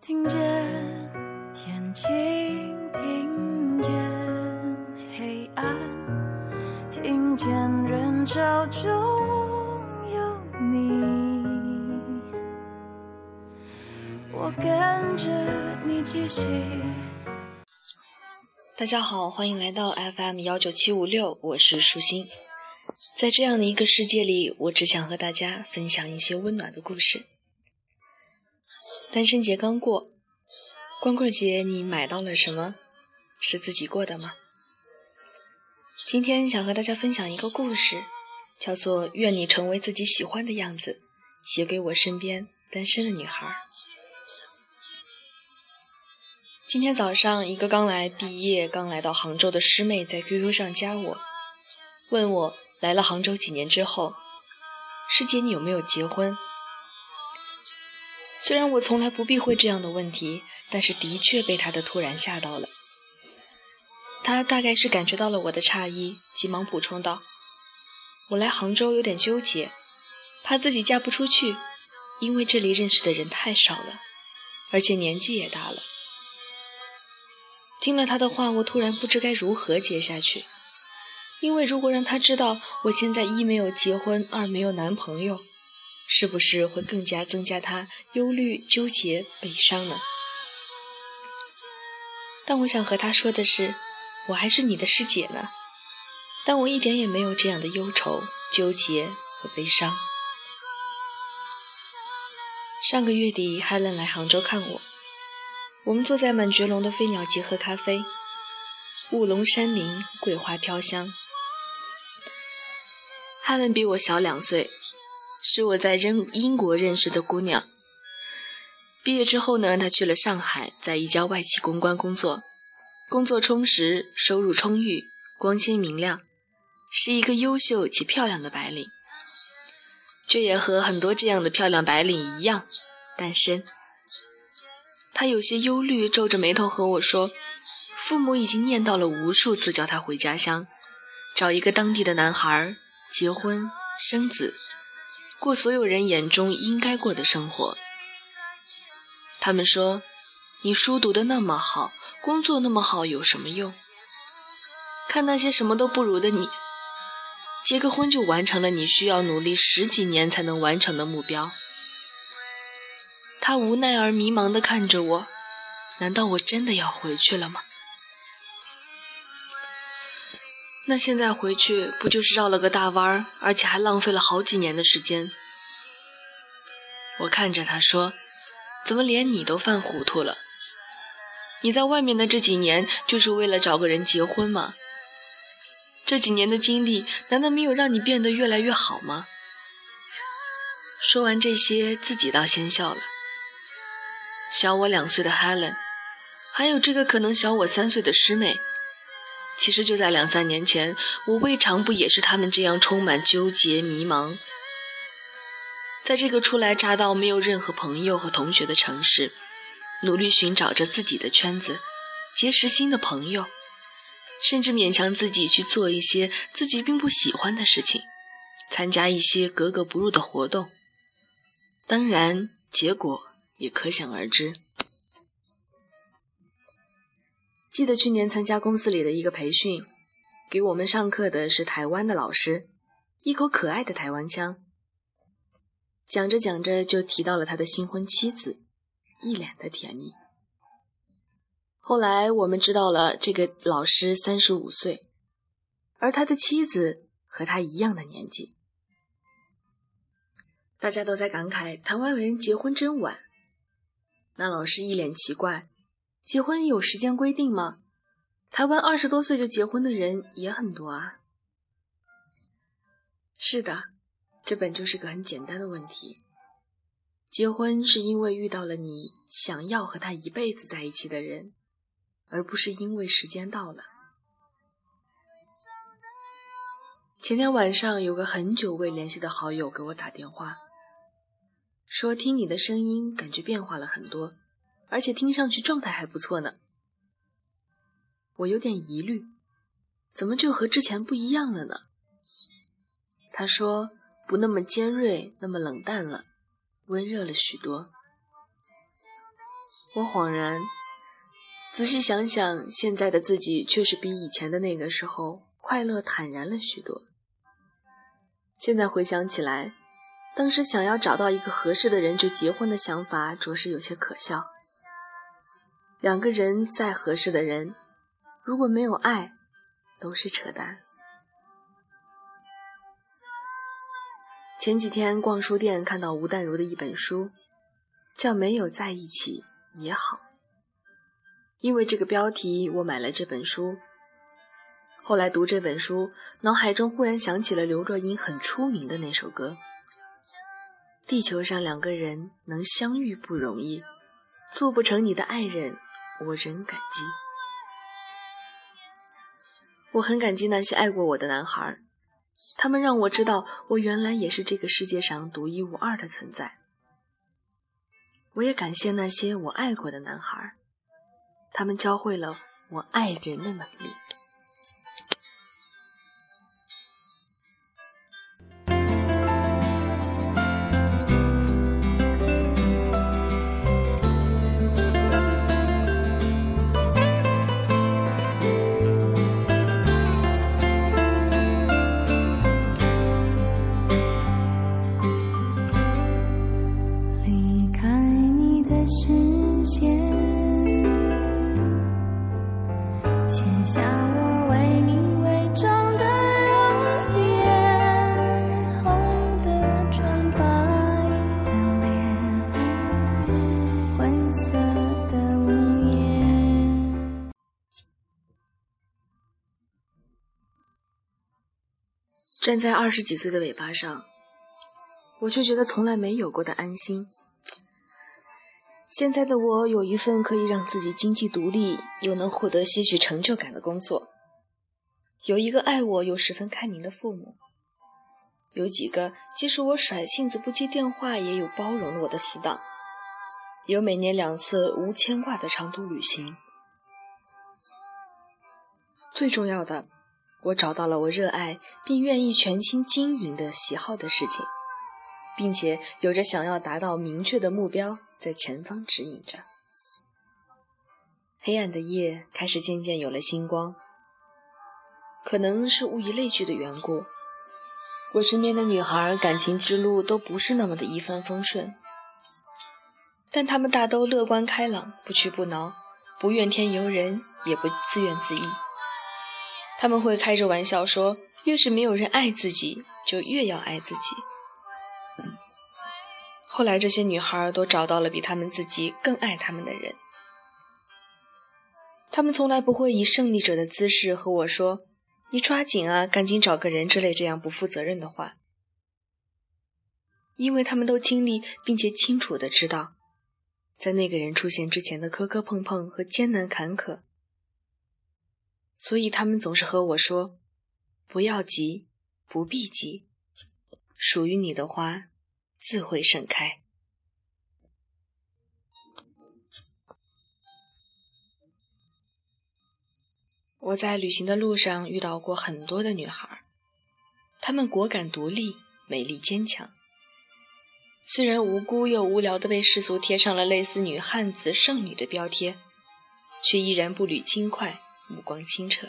听见天晴，听见黑暗，听见人潮中有你，我跟着你继续。 大家好，欢迎来到 FM19756，我是舒心。在这样的一个世界里，我只想和大家分享一些温暖的故事。单身节刚过，光棍节你买到了什么？是自己过的吗？今天想和大家分享一个故事，叫做《愿你成为自己喜欢的样子》，写给我身边单身的女孩。今天早上，一个刚来到杭州的师妹在 QQ 上加我，问我来了杭州几年之后，师姐你有没有结婚？虽然我从来不避讳这样的问题，但是的确被她的突然吓到了。她大概是感觉到了我的诧异，急忙补充道，我来杭州有点纠结，怕自己嫁不出去，因为这里认识的人太少了，而且年纪也大了。听了她的话，我突然不知该如何接下去，因为如果让她知道我现在一没有结婚，二没有男朋友，是不是会更加增加她忧虑、纠结、悲伤呢？但我想和她说的是，我还是你的师姐呢，但我一点也没有这样的忧愁、纠结和悲伤。上个月底，Helen来杭州看我们坐在满觉笼的飞鸟集喝咖啡，雾笼山林，桂花飘香。Helen 比我小2岁，是我在英国认识的姑娘。毕业之后呢，她去了上海，在一家外企公关工作，工作充实，收入充裕，光鲜明亮，是一个优秀且漂亮的白领。这也和很多这样的漂亮白领一样，单身。她有些忧虑，皱着眉头和我说，父母已经念叨了无数次叫她回家乡，找一个当地的男孩，结婚生子，过所有人眼中应该过的生活。他们说，你书读得那么好，工作那么好，有什么用？看那些什么都不如的你，结个婚就完成了你需要努力10几年才能完成的目标。他无奈而迷茫地看着我，难道我真的要回去了吗？那现在回去不就是绕了个大弯，而且还浪费了好几年的时间。我看着他说，怎么连你都犯糊涂了？你在外面的这几年就是为了找个人结婚吗？这几年的经历难道没有让你变得越来越好吗？说完这些，自己倒先笑了。小我2岁的 Helen， 还有这个可能小我3岁的师妹，其实就在2、3年前，我未尝不也是他们这样充满纠结迷茫。在这个初来乍到没有任何朋友和同学的城市，努力寻找着自己的圈子，结识新的朋友，甚至勉强自己去做一些自己并不喜欢的事情，参加一些格格不入的活动。当然，结果也可想而知。记得去年参加公司里的一个培训，给我们上课的是台湾的老师，一口可爱的台湾腔。讲着讲着就提到了他的新婚妻子，一脸的甜蜜。后来我们知道了，这个老师35岁，而他的妻子和他一样的年纪。大家都在感慨台湾人结婚真晚。那老师一脸奇怪，结婚有时间规定吗？台湾20多岁就结婚的人也很多啊。是的，这本就是个很简单的问题。结婚是因为遇到了你想要和他一辈子在一起的人，而不是因为时间到了。前天晚上有个很久未联系的好友给我打电话，说听你的声音感觉变化了很多，而且听上去状态还不错呢。我有点疑虑，怎么就和之前不一样了呢？他说不那么尖锐，那么冷淡了，温热了许多。 我恍然，仔细想想，现在的自己确实比以前的那个时候快乐坦然了许多。现在回想起来，当时想要找到一个合适的人就结婚的想法着实有些可笑。两个人再合适的人，如果没有爱，都是扯淡。前几天逛书店看到吴淡如的一本书，叫《没有在一起也好》。因为这个标题，我买了这本书。后来读这本书，脑海中忽然想起了刘若英很出名的那首歌：地球上两个人能相遇不容易，做不成你的爱人，我仍感激。我很感激那些爱过我的男孩，他们让我知道我原来也是这个世界上独一无二的存在。我也感谢那些我爱过的男孩，他们教会了我爱人的能力。站在20几岁的尾巴上，我却觉得从来没有过的安心。现在的我有一份可以让自己经济独立，又能获得些许成就感的工作，有一个爱我又十分开明的父母，有几个即使我甩性子不接电话也有包容了我的死党，有每年2次无牵挂的长途旅行。最重要的，我找到了我热爱并愿意全心经营的喜好的事情，并且有着想要达到明确的目标在前方指引着。黑暗的夜开始渐渐有了星光，可能是物以类聚的缘故，我身边的女孩感情之路都不是那么的一帆风顺，但她们大都乐观开朗，不屈不挠，不怨天尤人，也不自怨自艾。他们会开着玩笑说，越是没有人爱自己，就越要爱自己。后来这些女孩都找到了比她们自己更爱她们的人，她们从来不会以胜利者的姿势和我说，你抓紧啊，赶紧找个人之类这样不负责任的话，因为她们都经历并且清楚地知道，在那个人出现之前的磕磕碰碰和艰难坎坷，所以他们总是和我说，不要急，不必急，属于你的花自会盛开。我在旅行的路上遇到过很多的女孩，她们果敢独立，美丽坚强，虽然无辜又无聊地被世俗贴上了类似女汉子剩女的标贴，却依然步履轻快，目光清澈，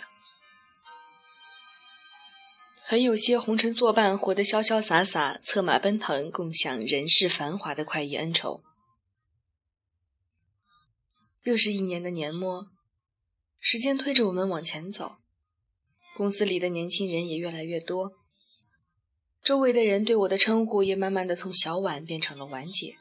很有些红尘作伴，活得潇潇洒洒，策马奔腾，共享人世繁华的快意恩仇。又是一年的年末，时间推着我们往前走，公司里的年轻人也越来越多，周围的人对我的称呼也慢慢的从小婉变成了婉姐。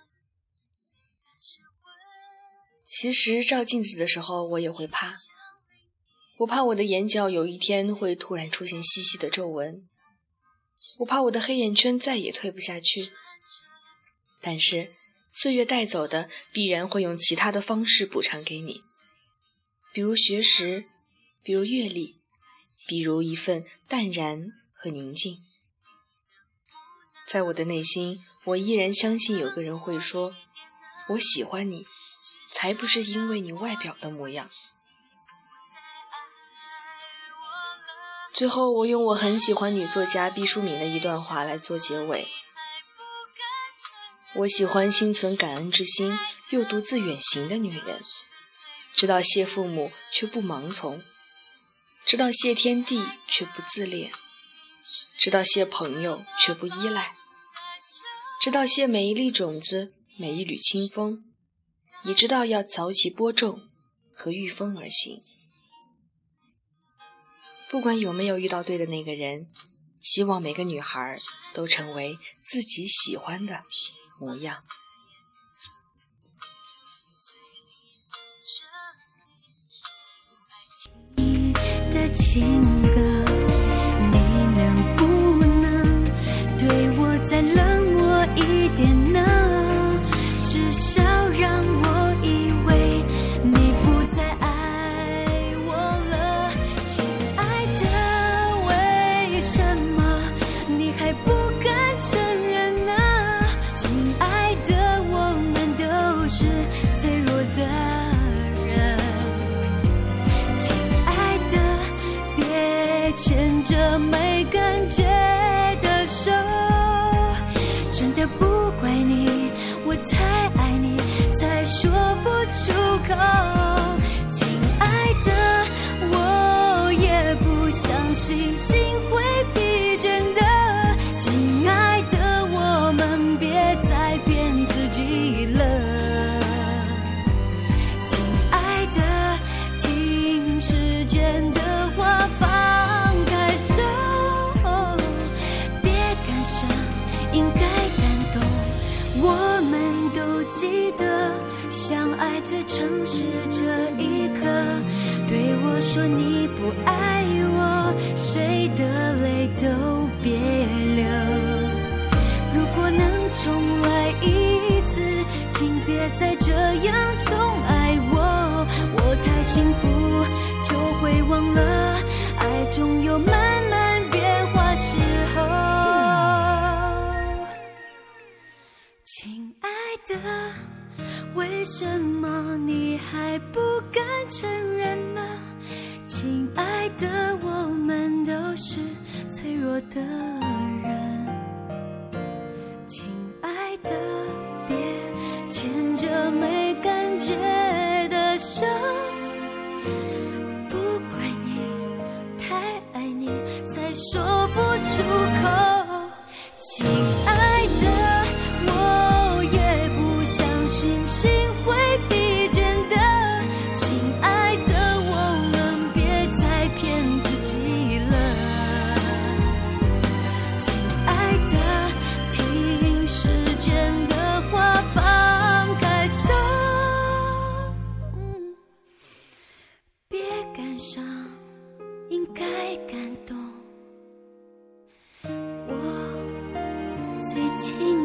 其实照镜子的时候我也会怕，我怕我的眼角有一天会突然出现细细的皱纹，我怕我的黑眼圈再也退不下去，但是岁月带走的必然会用其他的方式补偿给你，比如学识，比如阅历，比如一份淡然和宁静。在我的内心，我依然相信有个人会说，我喜欢你，才不是因为你外表的模样。最后我用我很喜欢女作家毕淑敏的一段话来做结尾， 我喜欢心存感恩之心又独自远行的女人，知道谢父母却不盲从，知道谢天地却不自恋，知道谢朋友却不依赖，知道谢每一粒种子，每一缕清风，也知道要早起播种和御风而行。不管有没有遇到对的那个人，希望每个女孩都成为自己喜欢的模样。 你的情歌，你能不能对我再冷漠一点呢？至少让我以为你不再爱我了。亲爱的，为什么你还不敢承认呢？亲爱的，我们都是脆弱的人。亲爱的，别牵着没感觉的手，真的不怪你，我太爱你才说不出口。亲爱的，我也不相信心会疲倦的。亲爱的，我们别再骗自己了。亲爱的，听时间的话，放开手，别感伤，应该感动。我们都记得相爱最诚实这一刻，对我说你不爱我，谁的泪都别流。如果能重来一次，请别再这样宠爱我。我太幸福，就会忘了爱总有慢慢变化时候。亲爱的，为什么你还不敢承认呢？亲爱的，我们都是脆弱的人。亲爱的，别牵着没感觉的手，不怪你，太爱你才说不出口。亲爱的，我也不相信心会疲倦的。亲爱的，我们别再骗自己了。亲爱的，听时间的话，放开手，别感伤，应该感动。我最亲